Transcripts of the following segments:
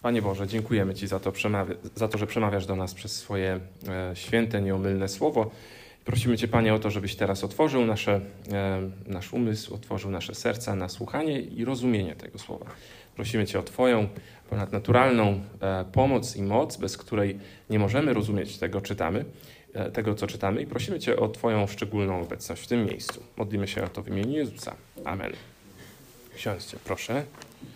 Panie Boże, dziękujemy Ci za to, że przemawiasz do nas przez swoje święte, nieomylne słowo. Prosimy Cię, Panie, o to, żebyś teraz otworzył nasz umysł, otworzył nasze serca na słuchanie i rozumienie tego słowa. Prosimy Cię o Twoją ponadnaturalną pomoc i moc, bez której nie możemy rozumieć tego, co czytamy, i prosimy Cię o Twoją szczególną obecność w tym miejscu. Modlimy się o to w imieniu Jezusa. Amen. Siądźcie, proszę.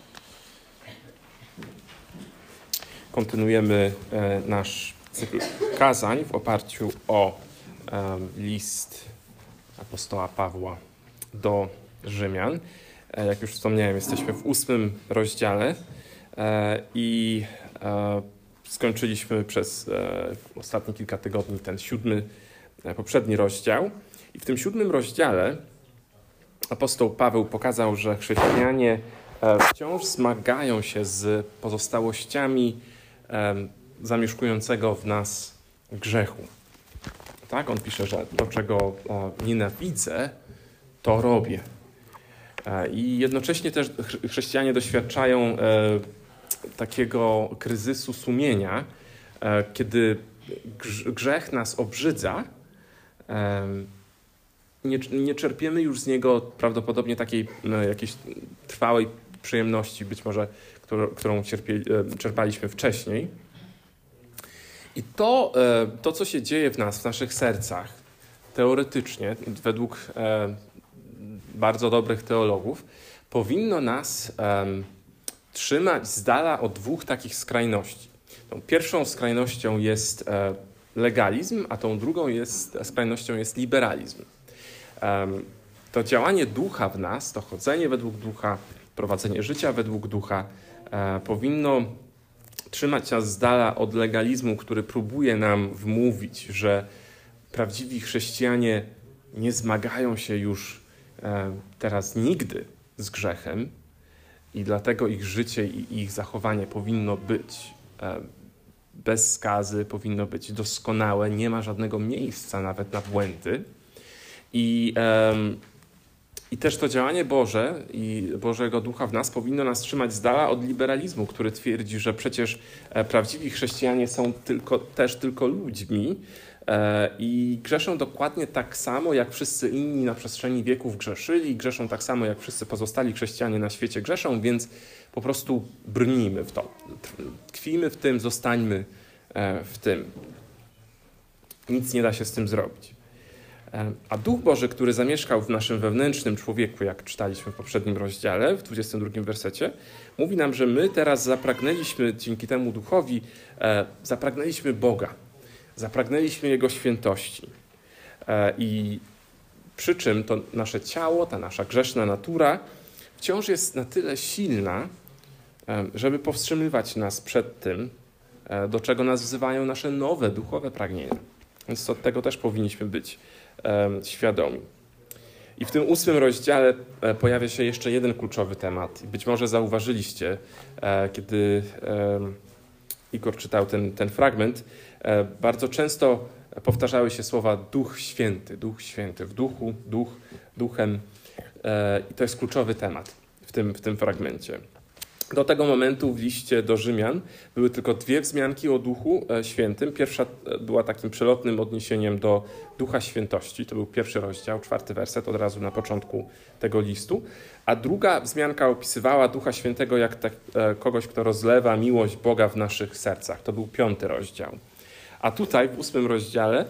Kontynuujemy nasz cykl kazań w oparciu o list apostoła Pawła do Rzymian. Jak już wspomniałem, jesteśmy w 8 rozdziale i skończyliśmy przez ostatnie kilka tygodni ten 7, poprzedni rozdział. I w tym 7 rozdziale apostoł Paweł pokazał, że chrześcijanie wciąż zmagają się z pozostałościami zamieszkującego w nas grzechu. Tak? On pisze, że to, czego nienawidzę, to robię. I jednocześnie też chrześcijanie doświadczają takiego kryzysu sumienia, kiedy grzech nas obrzydza, nie czerpiemy już z niego prawdopodobnie takiej jakiejś trwałej przyjemności, być może, którą czerpaliśmy wcześniej. I to, co się dzieje w nas, w naszych sercach, teoretycznie, według bardzo dobrych teologów, powinno nas trzymać z dala od 2 takich skrajności. Tą pierwszą skrajnością jest legalizm, a tą drugą skrajnością jest liberalizm. To działanie ducha w nas, to chodzenie według ducha, prowadzenie życia według ducha powinno trzymać nas z dala od legalizmu, który próbuje nam wmówić, że prawdziwi chrześcijanie nie zmagają się już teraz nigdy z grzechem i dlatego ich życie i ich zachowanie powinno być bez skazy, powinno być doskonałe, nie ma żadnego miejsca nawet na błędy. I też to działanie Boże i Bożego Ducha w nas powinno nas trzymać z dala od liberalizmu, który twierdzi, że przecież prawdziwi chrześcijanie są też tylko ludźmi i grzeszą dokładnie tak samo, jak wszyscy inni na przestrzeni wieków grzeszyli, grzeszą tak samo, jak wszyscy pozostali chrześcijanie na świecie grzeszą, więc po prostu brnijmy w to. Tkwimy w tym, zostańmy w tym. Nic nie da się z tym zrobić. A Duch Boży, który zamieszkał w naszym wewnętrznym człowieku, jak czytaliśmy w poprzednim rozdziale, w 22 wersecie, mówi nam, że my teraz zapragnęliśmy, dzięki temu Duchowi, zapragnęliśmy Boga. Zapragnęliśmy Jego świętości. I przy czym to nasze ciało, ta nasza grzeszna natura wciąż jest na tyle silna, żeby powstrzymywać nas przed tym, do czego nas wzywają nasze nowe, duchowe pragnienia. Więc od tego też powinniśmy być świadomi. I w tym 8 rozdziale pojawia się jeszcze jeden kluczowy temat. Być może zauważyliście, kiedy Igor czytał ten fragment, bardzo często powtarzały się słowa Duch Święty, w duchu, duchem. I to jest kluczowy temat w tym fragmencie. Do tego momentu w liście do Rzymian były tylko 2 wzmianki o Duchu Świętym. Pierwsza była takim przelotnym odniesieniem do Ducha Świętości. To był 1 rozdział, 4 werset, od razu na początku tego listu. A druga wzmianka opisywała Ducha Świętego jak kogoś, kto rozlewa miłość Boga w naszych sercach. To był 5 rozdział. A tutaj w 8 rozdziale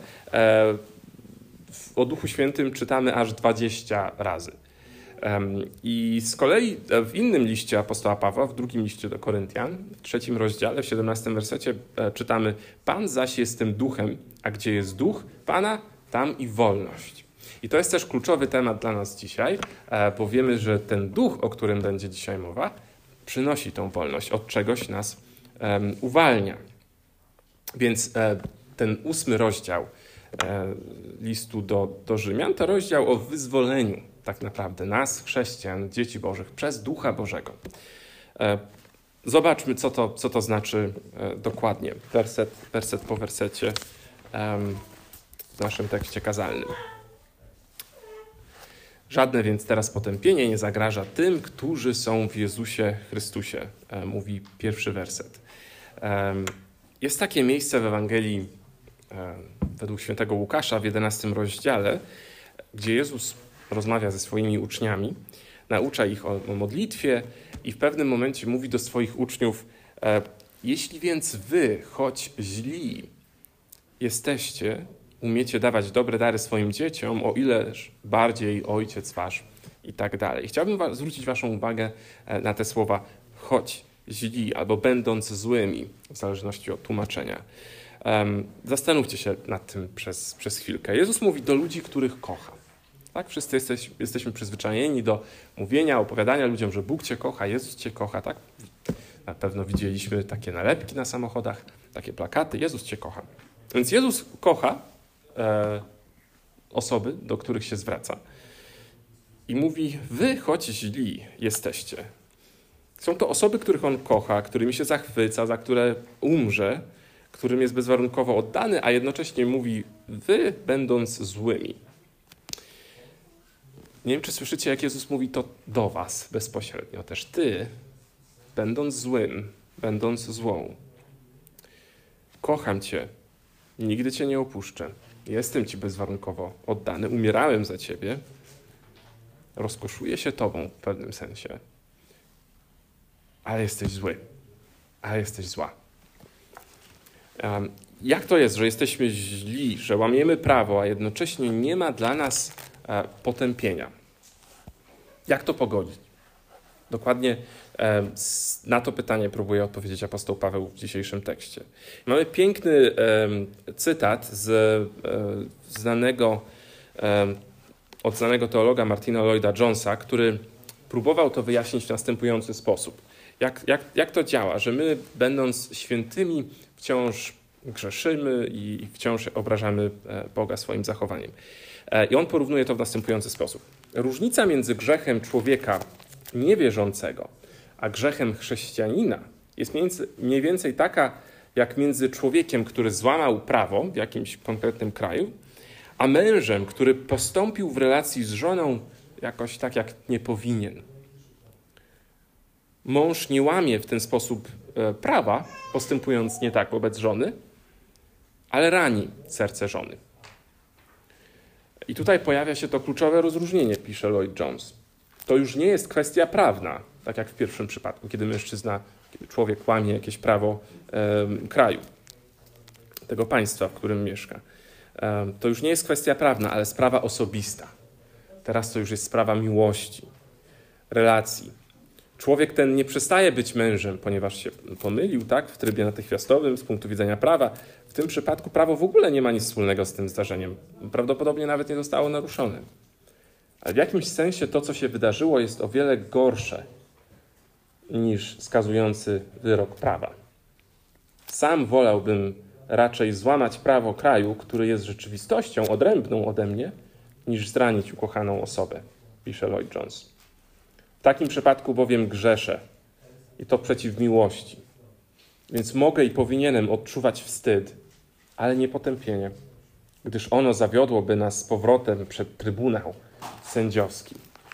o Duchu Świętym czytamy aż 20 razy. I z kolei w innym liście apostoła Pawła, w drugim liście do Koryntian, w 3 rozdziale, w 17 wersecie czytamy: Pan zaś jest tym duchem, a gdzie jest duch Pana, tam i wolność. I to jest też kluczowy temat dla nas dzisiaj, bo wiemy, że ten duch, o którym będzie dzisiaj mowa, przynosi tą wolność, od czegoś nas uwalnia. Więc ten 8 rozdział listu do Rzymian to rozdział o wyzwoleniu tak naprawdę nas, chrześcijan, dzieci Bożych, przez Ducha Bożego. Zobaczmy, co to znaczy dokładnie, werset po wersecie w naszym tekście kazalnym. Żadne więc teraz potępienie nie zagraża tym, którzy są w Jezusie Chrystusie, mówi pierwszy werset. Jest takie miejsce w Ewangelii według świętego Łukasza w 11 rozdziale, gdzie Jezus rozmawia ze swoimi uczniami, naucza ich o modlitwie i w pewnym momencie mówi do swoich uczniów: jeśli więc wy, choć źli jesteście, umiecie dawać dobre dary swoim dzieciom, o ileż bardziej Ojciec wasz i tak dalej. Chciałbym zwrócić waszą uwagę na te słowa choć źli albo będąc złymi, w zależności od tłumaczenia. Zastanówcie się nad tym przez chwilkę. Jezus mówi do ludzi, których kocha. Tak? Wszyscy jesteśmy przyzwyczajeni do mówienia, opowiadania ludziom, że Bóg cię kocha, Jezus cię kocha. Tak? Na pewno widzieliśmy takie nalepki na samochodach, takie plakaty. Jezus cię kocha. Więc Jezus kocha osoby, do których się zwraca. I mówi: wy, choć źli jesteście. Są to osoby, których On kocha, którymi się zachwyca, za które umrze, którym jest bezwarunkowo oddany, a jednocześnie mówi: wy, będąc złymi. Nie wiem, czy słyszycie, jak Jezus mówi to do was bezpośrednio. Też ty, będąc złym, będąc złą. Kocham cię, nigdy cię nie opuszczę. Jestem ci bezwarunkowo oddany, umierałem za ciebie. Rozkoszuję się tobą w pewnym sensie. Ale jesteś zły, ale jesteś zła. Jak to jest, że jesteśmy źli, że łamiemy prawo, a jednocześnie nie ma dla nas potępienia? Jak to pogodzić? Dokładnie na to pytanie próbuje odpowiedzieć apostoł Paweł w dzisiejszym tekście. Mamy piękny cytat od znanego teologa Martina Lloyda Jonesa, który próbował to wyjaśnić w następujący sposób. Jak to działa, że my, będąc świętymi, wciąż grzeszymy i wciąż obrażamy Boga swoim zachowaniem. I on porównuje to w następujący sposób. Różnica między grzechem człowieka niewierzącego a grzechem chrześcijanina jest mniej więcej taka, jak między człowiekiem, który złamał prawo w jakimś konkretnym kraju, a mężem, który postąpił w relacji z żoną jakoś tak, jak nie powinien. Mąż nie łamie w ten sposób prawa, postępując nie tak wobec żony, ale rani serce żony. I tutaj pojawia się to kluczowe rozróżnienie, pisze Lloyd Jones. To już nie jest kwestia prawna, tak jak w pierwszym przypadku, kiedy człowiek łamie jakieś prawo kraju, tego państwa, w którym mieszka. To już nie jest kwestia prawna, ale sprawa osobista. Teraz to już jest sprawa miłości, relacji. Człowiek ten nie przestaje być mężem, ponieważ się pomylił, tak, w trybie natychmiastowym z punktu widzenia prawa. W tym przypadku prawo w ogóle nie ma nic wspólnego z tym zdarzeniem. Prawdopodobnie nawet nie zostało naruszone. Ale w jakimś sensie to, co się wydarzyło, jest o wiele gorsze niż skazujący wyrok prawa. Sam wolałbym raczej złamać prawo kraju, który jest rzeczywistością odrębną ode mnie, niż zranić ukochaną osobę, pisze Lloyd Jones. W takim przypadku bowiem grzeszę i to przeciw miłości. Więc mogę i powinienem odczuwać wstyd, ale nie potępienie, gdyż ono zawiodłoby nas z powrotem przed Trybunał Sędziowski.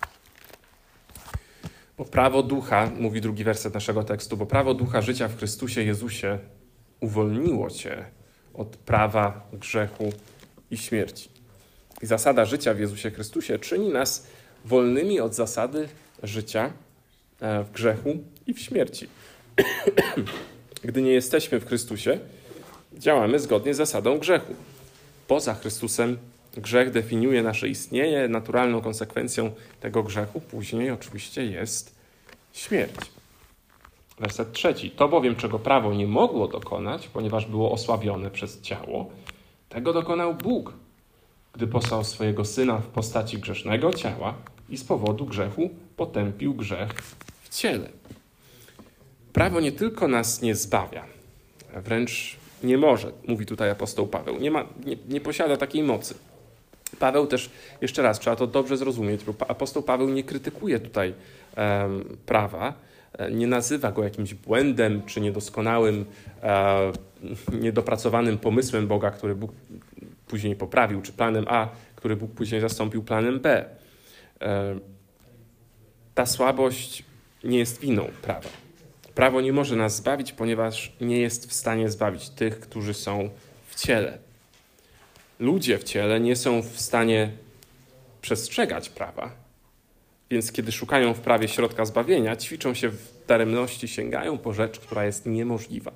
Bo prawo ducha, mówi drugi werset naszego tekstu, bo prawo ducha życia w Chrystusie Jezusie uwolniło cię od prawa grzechu i śmierci. I zasada życia w Jezusie Chrystusie czyni nas wolnymi od zasady życia w grzechu i w śmierci. Gdy nie jesteśmy w Chrystusie, działamy zgodnie z zasadą grzechu. Poza Chrystusem grzech definiuje nasze istnienie, naturalną konsekwencją tego grzechu później oczywiście jest śmierć. Werset 3. To bowiem, czego prawo nie mogło dokonać, ponieważ było osłabione przez ciało, tego dokonał Bóg, gdy posłał swojego Syna w postaci grzesznego ciała i z powodu grzechu potępił grzech w ciele. Prawo nie tylko nas nie zbawia, wręcz nie może, mówi tutaj apostoł Paweł, nie posiada takiej mocy. Paweł też, jeszcze raz, trzeba to dobrze zrozumieć, bo apostoł Paweł nie krytykuje tutaj prawa, nie nazywa go jakimś błędem czy niedoskonałym, niedopracowanym pomysłem Boga, który Bóg później poprawił, czy planem A, który Bóg później zastąpił planem B. Ta słabość nie jest winą prawa. Prawo nie może nas zbawić, ponieważ nie jest w stanie zbawić tych, którzy są w ciele. Ludzie w ciele nie są w stanie przestrzegać prawa, więc kiedy szukają w prawie środka zbawienia, ćwiczą się w daremności, sięgają po rzecz, która jest niemożliwa.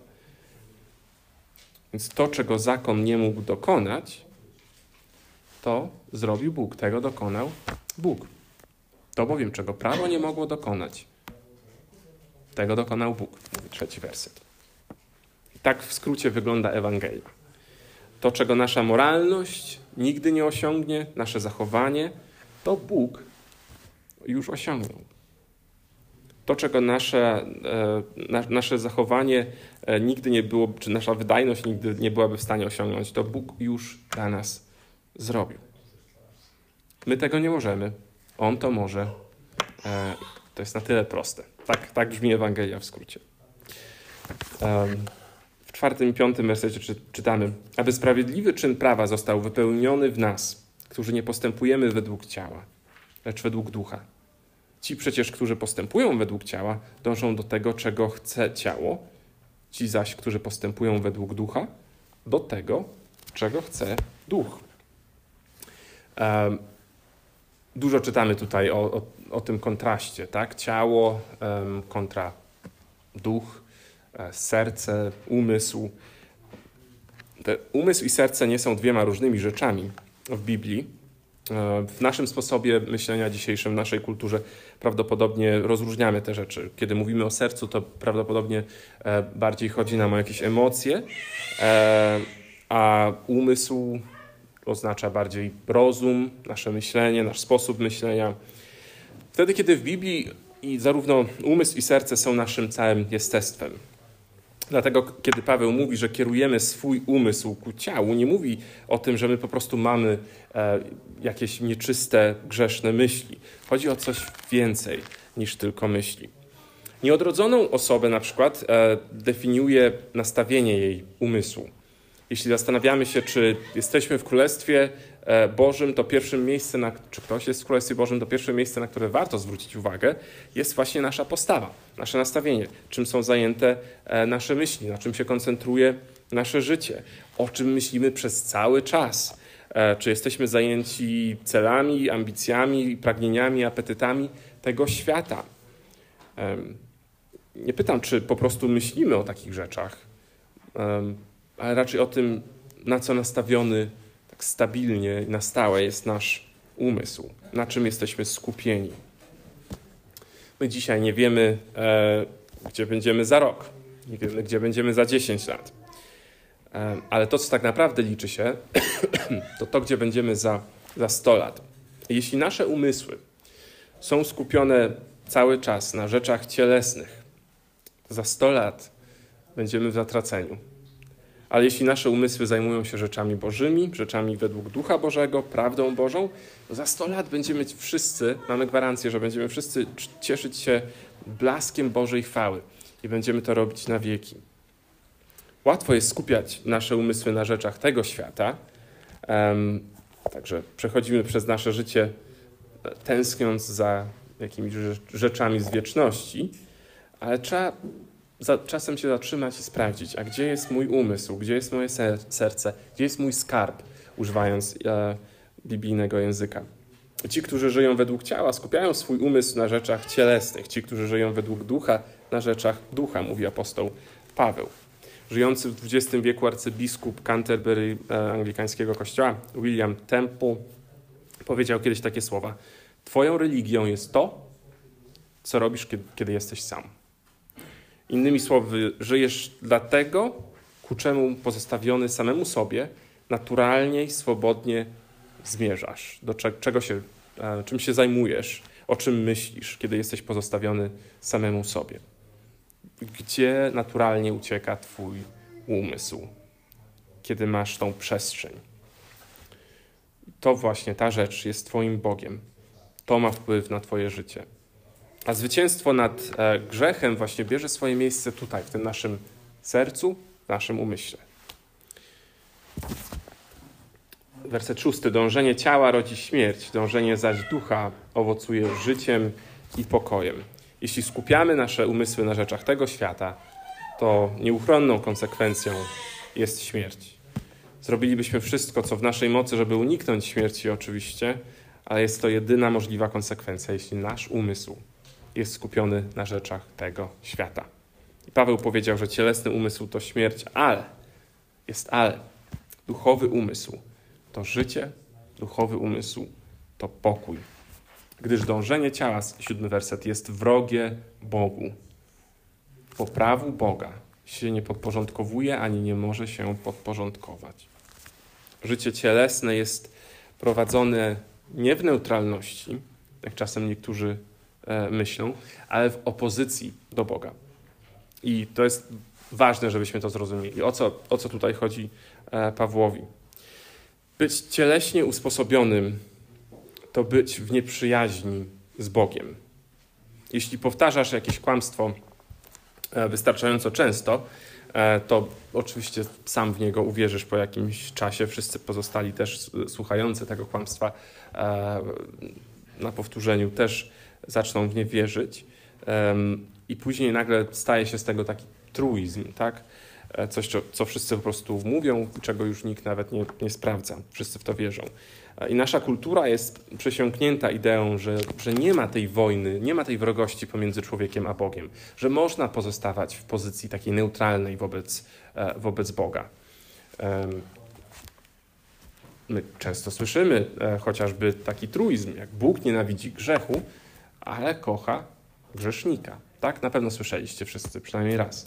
Więc to, czego zakon nie mógł dokonać, to zrobił Bóg. Tego dokonał Bóg. To bowiem, czego prawo nie mogło dokonać, tego dokonał Bóg. Mówi 3 werset. I tak w skrócie wygląda Ewangelia. To, czego nasza moralność nigdy nie osiągnie, nasze zachowanie, to Bóg już osiągnął. To, czego nasze zachowanie nigdy nie było, czy nasza wydajność nigdy nie byłaby w stanie osiągnąć, to Bóg już dla nas zrobił. My tego nie możemy. On to może. To jest na tyle proste. Tak brzmi Ewangelia w skrócie. W 4 i 5 wersecie czytamy: aby sprawiedliwy czyn prawa został wypełniony w nas, którzy nie postępujemy według ciała, lecz według ducha. Ci przecież, którzy postępują według ciała, dążą do tego, czego chce ciało. Ci zaś, którzy postępują według ducha, do tego, czego chce duch. Dużo czytamy tutaj o tym kontraście, tak? Ciało kontra duch, serce, umysł. Umysł i serce nie są dwiema różnymi rzeczami w Biblii. W naszym sposobie myślenia dzisiejszym, w naszej kulturze prawdopodobnie rozróżniamy te rzeczy. Kiedy mówimy o sercu, to prawdopodobnie bardziej chodzi nam o jakieś emocje, a umysł oznacza bardziej rozum, nasze myślenie, nasz sposób myślenia. Wtedy, kiedy w Biblii i zarówno umysł i serce są naszym całym jestestwem. Dlatego, kiedy Paweł mówi, że kierujemy swój umysł ku ciału, nie mówi o tym, że my po prostu mamy jakieś nieczyste, grzeszne myśli. Chodzi o coś więcej niż tylko myśli. Nieodrodzoną osobę na przykład definiuje nastawienie jej umysłu. Jeśli zastanawiamy się, czy jesteśmy w Królestwie Bożym, to pierwszym miejscem, czy ktoś jest w Królestwie Bożym, to pierwsze miejsce, na które warto zwrócić uwagę, jest właśnie nasza postawa, nasze nastawienie, czym są zajęte nasze myśli, na czym się koncentruje nasze życie, o czym myślimy przez cały czas. Czy jesteśmy zajęci celami, ambicjami, pragnieniami, apetytami tego świata. Nie pytam, czy po prostu myślimy o takich rzeczach, ale raczej o tym, na co nastawiony tak stabilnie i na stałe jest nasz umysł, na czym jesteśmy skupieni. My dzisiaj nie wiemy, gdzie będziemy za rok, nie wiemy, gdzie będziemy za 10 lat, ale to, co tak naprawdę liczy się, to gdzie będziemy za 100 lat. Jeśli nasze umysły są skupione cały czas na rzeczach cielesnych, za 100 lat będziemy w zatraceniu. Ale jeśli nasze umysły zajmują się rzeczami bożymi, rzeczami według Ducha Bożego, prawdą Bożą, to za 100 lat będziemy wszyscy, mamy gwarancję, że będziemy wszyscy cieszyć się blaskiem Bożej chwały i będziemy to robić na wieki. Łatwo jest skupiać nasze umysły na rzeczach tego świata, także przechodzimy przez nasze życie tęskniąc za jakimiś rzeczami z wieczności, ale trzeba czasem się zatrzymać i sprawdzić, a gdzie jest mój umysł, gdzie jest moje serce, gdzie jest mój skarb, używając biblijnego języka. Ci, którzy żyją według ciała, skupiają swój umysł na rzeczach cielesnych. Ci, którzy żyją według ducha, na rzeczach ducha, mówi apostoł Paweł. Żyjący w XX wieku arcybiskup Canterbury anglikańskiego kościoła, William Temple, powiedział kiedyś takie słowa: twoją religią jest to, co robisz, kiedy jesteś sam. Innymi słowy, żyjesz dlatego, ku czemu pozostawiony samemu sobie, naturalnie i swobodnie zmierzasz, do czym się zajmujesz, o czym myślisz, kiedy jesteś pozostawiony samemu sobie. Gdzie naturalnie ucieka twój umysł, kiedy masz tą przestrzeń. To właśnie ta rzecz jest twoim Bogiem. To ma wpływ na twoje życie. A zwycięstwo nad grzechem właśnie bierze swoje miejsce tutaj, w tym naszym sercu, w naszym umyśle. Werset 6. Dążenie ciała rodzi śmierć, dążenie zaś ducha owocuje życiem i pokojem. Jeśli skupiamy nasze umysły na rzeczach tego świata, to nieuchronną konsekwencją jest śmierć. Zrobilibyśmy wszystko, co w naszej mocy, żeby uniknąć śmierci oczywiście, ale jest to jedyna możliwa konsekwencja, jeśli nasz umysł jest skupiony na rzeczach tego świata. I Paweł powiedział, że cielesny umysł to śmierć, ale, duchowy umysł to życie, duchowy umysł to pokój. Gdyż dążenie ciała, 7 werset, jest wrogie Bogu. Bo prawu Boga się nie podporządkowuje, ani nie może się podporządkować. Życie cielesne jest prowadzone nie w neutralności, jak czasem niektórzy myślą, ale w opozycji do Boga. I to jest ważne, żebyśmy to zrozumieli. O co tutaj chodzi Pawłowi? Być cieleśnie usposobionym to być w nieprzyjaźni z Bogiem. Jeśli powtarzasz jakieś kłamstwo wystarczająco często, to oczywiście sam w niego uwierzysz po jakimś czasie. Wszyscy pozostali też słuchający tego kłamstwa na powtórzeniu też zaczną w nie wierzyć. I później nagle staje się z tego taki truizm, tak? Coś, co wszyscy po prostu mówią, czego już nikt nawet nie sprawdza. Wszyscy w to wierzą. I nasza kultura jest przesiąknięta ideą, że nie ma tej wojny, nie ma tej wrogości pomiędzy człowiekiem a Bogiem, że można pozostawać w pozycji takiej neutralnej wobec Boga. My często słyszymy chociażby taki truizm, jak Bóg nienawidzi grzechu, ale kocha grzesznika. Tak? Na pewno słyszeliście wszyscy, przynajmniej raz.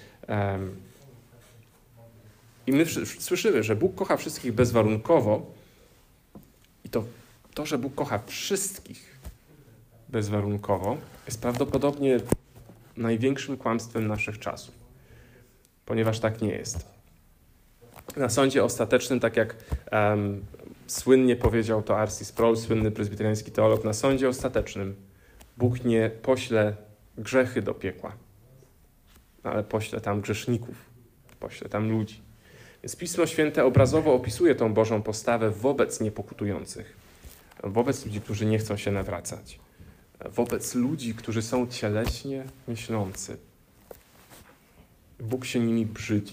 I my słyszymy, że Bóg kocha wszystkich bezwarunkowo i to, że Bóg kocha wszystkich bezwarunkowo, jest prawdopodobnie największym kłamstwem naszych czasów, ponieważ tak nie jest. Na sądzie ostatecznym, tak jak słynnie powiedział to R.C. Sproul, słynny prezbiteriański teolog, na sądzie ostatecznym Bóg nie pośle grzechy do piekła, ale pośle tam grzeszników, pośle tam ludzi. Więc Pismo Święte obrazowo opisuje tą Bożą postawę wobec niepokutujących, wobec ludzi, którzy nie chcą się nawracać, wobec ludzi, którzy są cieleśnie myślący. Bóg się nimi brzydzi.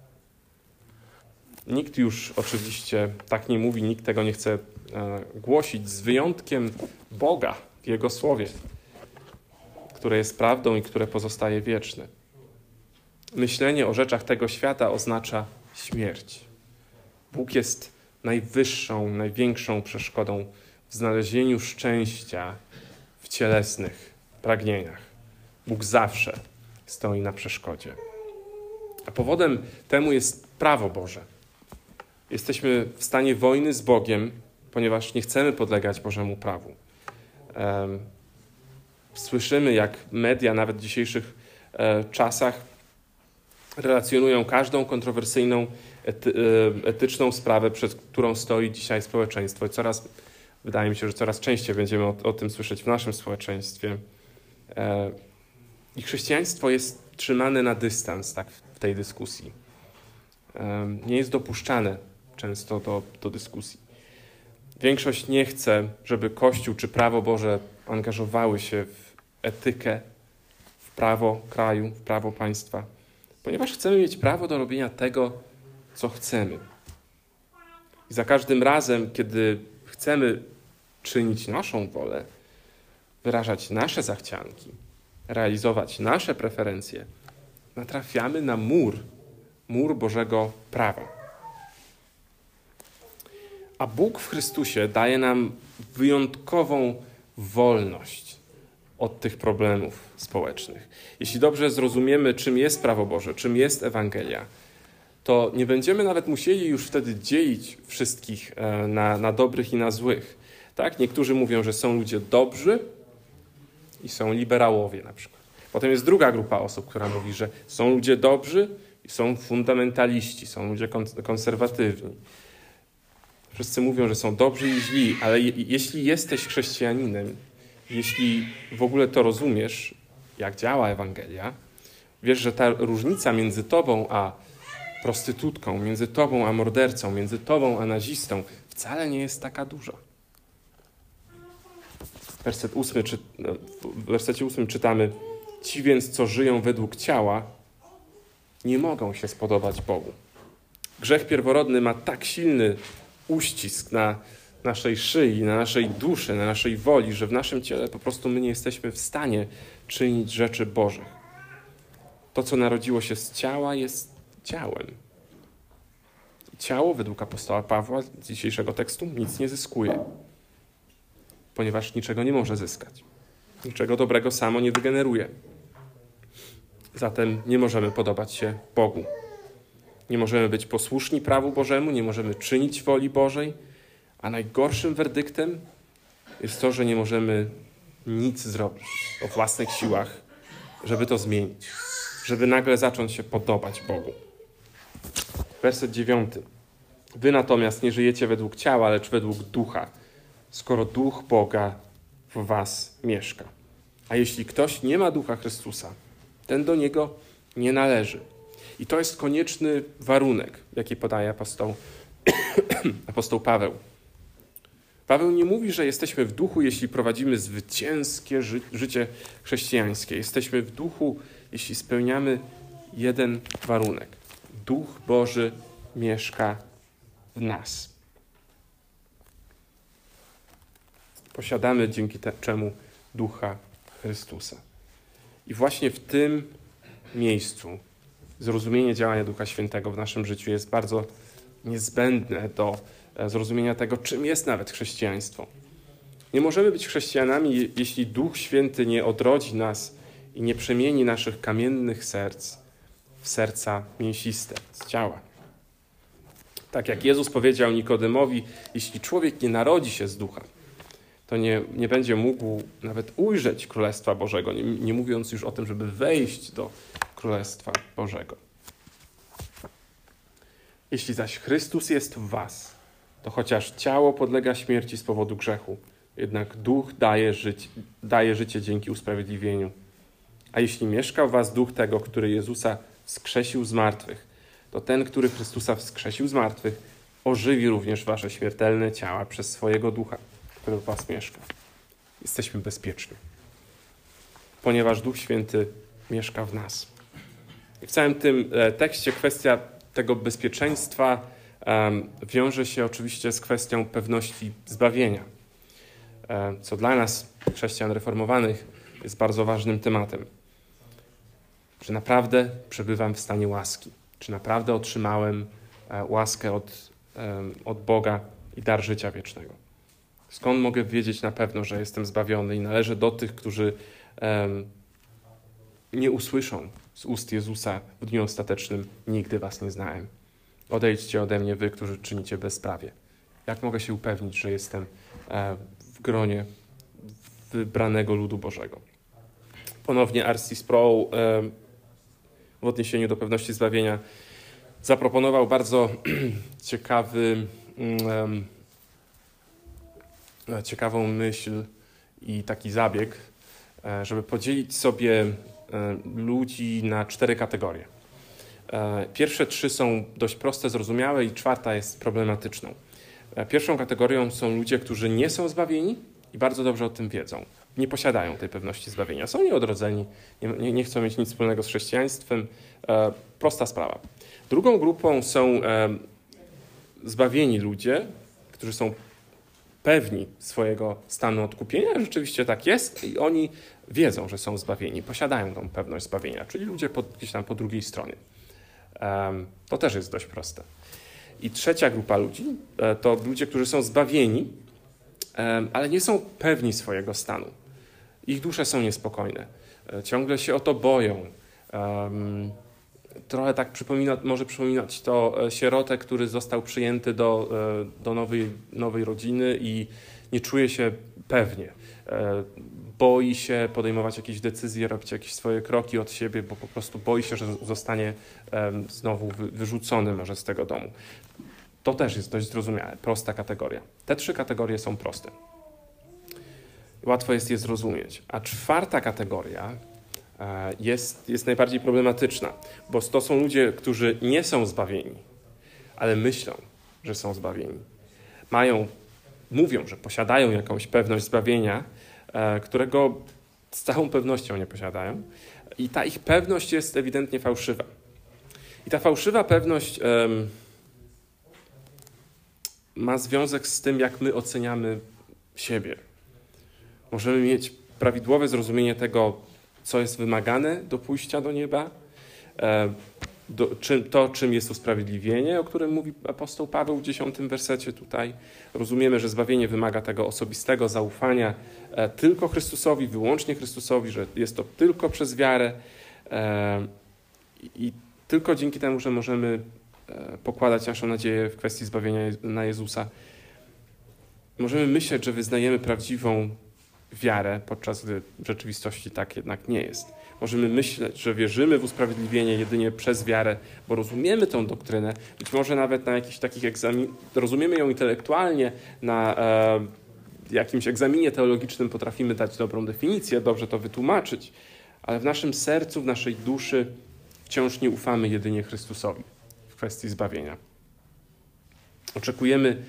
Nikt już oczywiście tak nie mówi, nikt tego nie chce głosić, z wyjątkiem Boga w Jego Słowie, które jest prawdą i które pozostaje wieczne. Myślenie o rzeczach tego świata oznacza śmierć. Bóg jest najwyższą, największą przeszkodą w znalezieniu szczęścia w cielesnych pragnieniach. Bóg zawsze stoi na przeszkodzie. A powodem temu jest prawo Boże. Jesteśmy w stanie wojny z Bogiem, ponieważ nie chcemy podlegać Bożemu prawu. Słyszymy, jak media nawet w dzisiejszych czasach relacjonują każdą kontrowersyjną, etyczną sprawę, przed którą stoi dzisiaj społeczeństwo. I wydaje mi się, że coraz częściej będziemy o tym słyszeć w naszym społeczeństwie. I chrześcijaństwo jest trzymane na dystans tak, w tej dyskusji. Nie jest dopuszczane często do dyskusji. Większość nie chce, żeby Kościół czy prawo Boże angażowały się w etykę, w prawo kraju, w prawo państwa, ponieważ chcemy mieć prawo do robienia tego, co chcemy. I za każdym razem, kiedy chcemy czynić naszą wolę, wyrażać nasze zachcianki, realizować nasze preferencje, natrafiamy na mur Bożego prawa. A Bóg w Chrystusie daje nam wyjątkową wolność od tych problemów społecznych. Jeśli dobrze zrozumiemy, czym jest prawo Boże, czym jest Ewangelia, to nie będziemy nawet musieli już wtedy dzielić wszystkich na dobrych i na złych. Tak? Niektórzy mówią, że są ludzie dobrzy i są liberałowie na przykład. Potem jest druga grupa osób, która mówi, że są ludzie dobrzy i są fundamentaliści, są ludzie konserwatywni. Wszyscy mówią, że są dobrzy i źli, ale jeśli jesteś chrześcijaninem, jeśli w ogóle to rozumiesz, jak działa Ewangelia, wiesz, że ta różnica między tobą a prostytutką, między tobą a mordercą, między tobą a nazistą wcale nie jest taka duża. W wersecie 8 czytamy: ci więc, co żyją według ciała, nie mogą się spodobać Bogu. Grzech pierworodny ma tak silny uścisk na naszej szyi, na naszej duszy, na naszej woli, że w naszym ciele po prostu my nie jesteśmy w stanie czynić rzeczy Bożych. To, co narodziło się z ciała, jest ciałem. Ciało, według apostoła Pawła z dzisiejszego tekstu, nic nie zyskuje, ponieważ niczego nie może zyskać. Niczego dobrego samo nie wygeneruje. Zatem nie możemy podobać się Bogu. Nie możemy być posłuszni prawu Bożemu, nie możemy czynić woli Bożej, a najgorszym werdyktem jest to, że nie możemy nic zrobić o własnych siłach, żeby to zmienić, żeby nagle zacząć się podobać Bogu. Werset 9. Wy natomiast nie żyjecie według ciała, lecz według ducha, skoro duch Boga w was mieszka. A jeśli ktoś nie ma ducha Chrystusa, ten do niego nie należy. I to jest konieczny warunek, jaki podaje apostoł Paweł. Paweł nie mówi, że jesteśmy w duchu, jeśli prowadzimy zwycięskie życie chrześcijańskie. Jesteśmy w duchu, jeśli spełniamy jeden warunek. Duch Boży mieszka w nas. Posiadamy dzięki czemu Ducha Chrystusa. I właśnie w tym miejscu zrozumienie działania Ducha Świętego w naszym życiu jest bardzo niezbędne do zrozumienia tego, czym jest nawet chrześcijaństwo. Nie możemy być chrześcijanami, jeśli Duch Święty nie odrodzi nas i nie przemieni naszych kamiennych serc w serca mięsiste, z ciała. Tak jak Jezus powiedział Nikodemowi, jeśli człowiek nie narodzi się z ducha, to nie będzie mógł nawet ujrzeć Królestwa Bożego, nie mówiąc już o tym, żeby wejść do Królestwa Bożego. Jeśli zaś Chrystus jest w was, to chociaż ciało podlega śmierci z powodu grzechu, jednak duch daje życie dzięki usprawiedliwieniu. A jeśli mieszka w was duch tego, który Jezusa wskrzesił z martwych, to ten, który Chrystusa wskrzesił z martwych, ożywi również wasze śmiertelne ciała przez swojego ducha, który w was mieszka. Jesteśmy bezpieczni, ponieważ Duch Święty mieszka w nas. I w całym tym tekście kwestia tego bezpieczeństwa wiąże się oczywiście z kwestią pewności zbawienia, co dla nas, chrześcijan reformowanych, jest bardzo ważnym tematem. Czy naprawdę przebywam w stanie łaski? Czy naprawdę otrzymałem łaskę od Boga i dar życia wiecznego? Skąd mogę wiedzieć na pewno, że jestem zbawiony i należę do tych, którzy nie usłyszą z ust Jezusa w dniu ostatecznym: nigdy was nie znałem. Odejdźcie ode mnie, wy, którzy czynicie bezprawie. Jak mogę się upewnić, że jestem w gronie wybranego ludu Bożego? Ponownie R.C. Sproul w odniesieniu do pewności zbawienia zaproponował bardzo ciekawą myśl i taki zabieg, żeby podzielić sobie ludzi na 4 kategorie. Pierwsze 3 są dość proste, zrozumiałe i 4 jest problematyczną. Pierwszą kategorią są ludzie, którzy nie są zbawieni i bardzo dobrze o tym wiedzą. Nie posiadają tej pewności zbawienia. Są nieodrodzeni, nie chcą mieć nic wspólnego z chrześcijaństwem. Prosta sprawa. Drugą grupą są zbawieni ludzie, którzy są pewni swojego stanu odkupienia. Rzeczywiście tak jest i oni wiedzą, że są zbawieni, posiadają tą pewność zbawienia, czyli ludzie gdzieś tam po drugiej stronie. To też jest dość proste. I trzecia grupa ludzi to ludzie, którzy są zbawieni, ale nie są pewni swojego stanu. Ich dusze są niespokojne. Ciągle się o to boją. Trochę tak może przypominać to sierotę, który został przyjęty do nowej rodziny i nie czuje się pewnie. Boi się podejmować jakieś decyzje, robić jakieś swoje kroki od siebie, bo po prostu boi się, że zostanie znowu wyrzucony może z tego domu. To też jest dość zrozumiałe, prosta kategoria. Te 3 kategorie są proste. Łatwo jest je zrozumieć. A 4 kategoria jest najbardziej problematyczna, bo to są ludzie, którzy nie są zbawieni, ale myślą, że są zbawieni. mówią, że posiadają jakąś pewność zbawienia, którego z całą pewnością nie posiadają. I ta ich pewność jest ewidentnie fałszywa. I ta fałszywa pewność ma związek z tym, jak my oceniamy siebie. Możemy mieć prawidłowe zrozumienie tego, co jest wymagane do pójścia do nieba, czym jest usprawiedliwienie, o którym mówi apostoł Paweł w 10 wersecie tutaj. Rozumiemy, że zbawienie wymaga tego osobistego zaufania tylko Chrystusowi, wyłącznie Chrystusowi, że jest to tylko przez wiarę i tylko dzięki temu, że możemy pokładać naszą nadzieję w kwestii zbawienia na Jezusa, możemy myśleć, że wyznajemy prawdziwą wiarę, podczas gdy w rzeczywistości tak jednak nie jest. Możemy myśleć, że wierzymy w usprawiedliwienie jedynie przez wiarę, bo rozumiemy tą doktrynę. Być może nawet na jakichś takich rozumiemy ją intelektualnie, na jakimś egzaminie teologicznym potrafimy dać dobrą definicję, dobrze to wytłumaczyć, ale w naszym sercu, w naszej duszy wciąż nie ufamy jedynie Chrystusowi w kwestii zbawienia. Oczekujemy,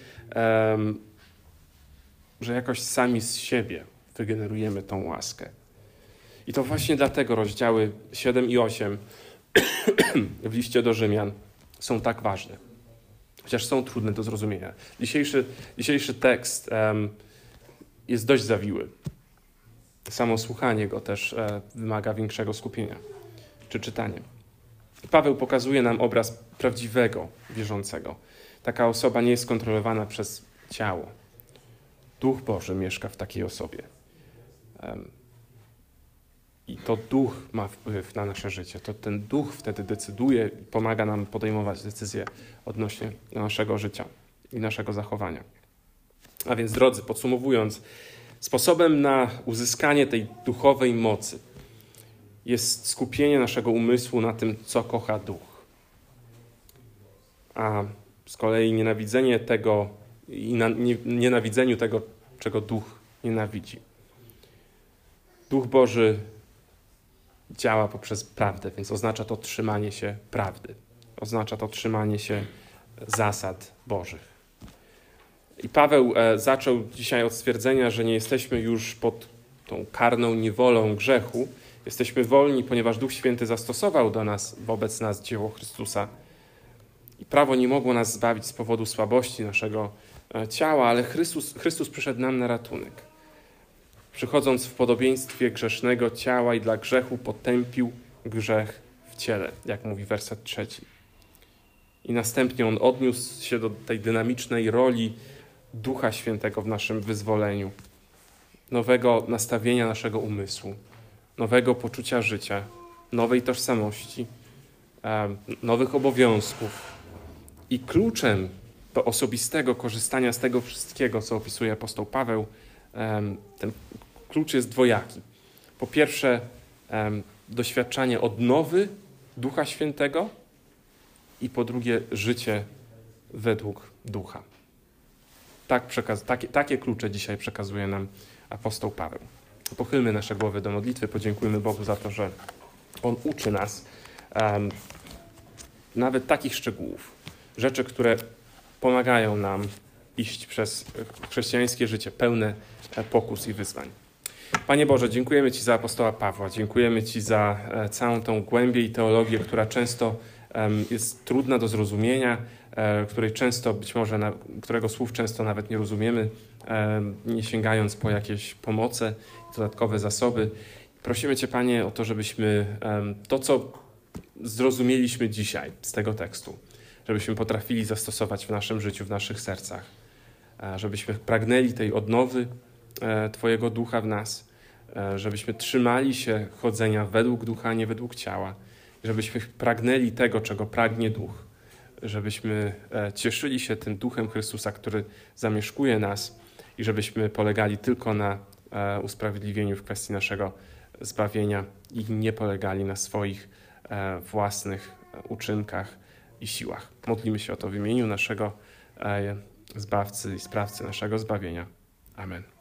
że jakoś sami z siebie wygenerujemy tą łaskę. I to właśnie dlatego rozdziały 7 i 8 w liście do Rzymian są tak ważne. Chociaż są trudne do zrozumienia. Dzisiejszy tekst jest dość zawiły. Samo słuchanie go też wymaga większego skupienia, czy czytanie. Paweł pokazuje nam obraz prawdziwego wierzącego. Taka osoba nie jest kontrolowana przez ciało. Duch Boży mieszka w takiej osobie. I to Duch ma wpływ na nasze życie. To ten Duch wtedy decyduje i pomaga nam podejmować decyzje odnośnie naszego życia i naszego zachowania. A więc, drodzy, podsumowując, sposobem na uzyskanie tej duchowej mocy jest skupienie naszego umysłu na tym, co kocha Duch. A z kolei nienawidzenie tego i nienawidzeniu tego, czego Duch nienawidzi. Duch Boży działa poprzez prawdę, więc oznacza to trzymanie się prawdy. Oznacza to trzymanie się zasad Bożych. I Paweł zaczął dzisiaj od stwierdzenia, że nie jesteśmy już pod tą karną niewolą grzechu. Jesteśmy wolni, ponieważ Duch Święty zastosował wobec nas dzieło Chrystusa. I prawo nie mogło nas zbawić z powodu słabości naszego ciała, ale Chrystus przyszedł nam na ratunek. Przychodząc w podobieństwie grzesznego ciała i dla grzechu potępił grzech w ciele, jak mówi werset 3. I następnie on odniósł się do tej dynamicznej roli Ducha Świętego w naszym wyzwoleniu, nowego nastawienia naszego umysłu, nowego poczucia życia, nowej tożsamości, nowych obowiązków. I kluczem do osobistego korzystania z tego wszystkiego, co opisuje apostoł Paweł, ten klucz jest dwojaki. Po pierwsze, doświadczanie odnowy Ducha Świętego i po drugie, życie według Ducha. Takie klucze dzisiaj przekazuje nam apostoł Paweł. Pochylmy nasze głowy do modlitwy, podziękujmy Bogu za to, że On uczy nas nawet takich szczegółów, rzeczy, które pomagają nam iść przez chrześcijańskie życie pełne pokus i wyzwań. Panie Boże, dziękujemy Ci za apostoła Pawła, dziękujemy Ci za całą tą głębię i teologię, która często jest trudna do zrozumienia, której często być może, którego słów często nawet nie rozumiemy, nie sięgając po jakieś pomoce, dodatkowe zasoby. Prosimy Cię, Panie, o to, żebyśmy to, co zrozumieliśmy dzisiaj z tego tekstu, żebyśmy potrafili zastosować w naszym życiu, w naszych sercach, żebyśmy pragnęli tej odnowy Twojego Ducha w nas, żebyśmy trzymali się chodzenia według Ducha, a nie według ciała, żebyśmy pragnęli tego, czego pragnie Duch, żebyśmy cieszyli się tym Duchem Chrystusa, który zamieszkuje nas i żebyśmy polegali tylko na usprawiedliwieniu w kwestii naszego zbawienia i nie polegali na swoich własnych uczynkach i siłach. Modlimy się o to w imieniu naszego Zbawcy i Sprawcy naszego zbawienia. Amen.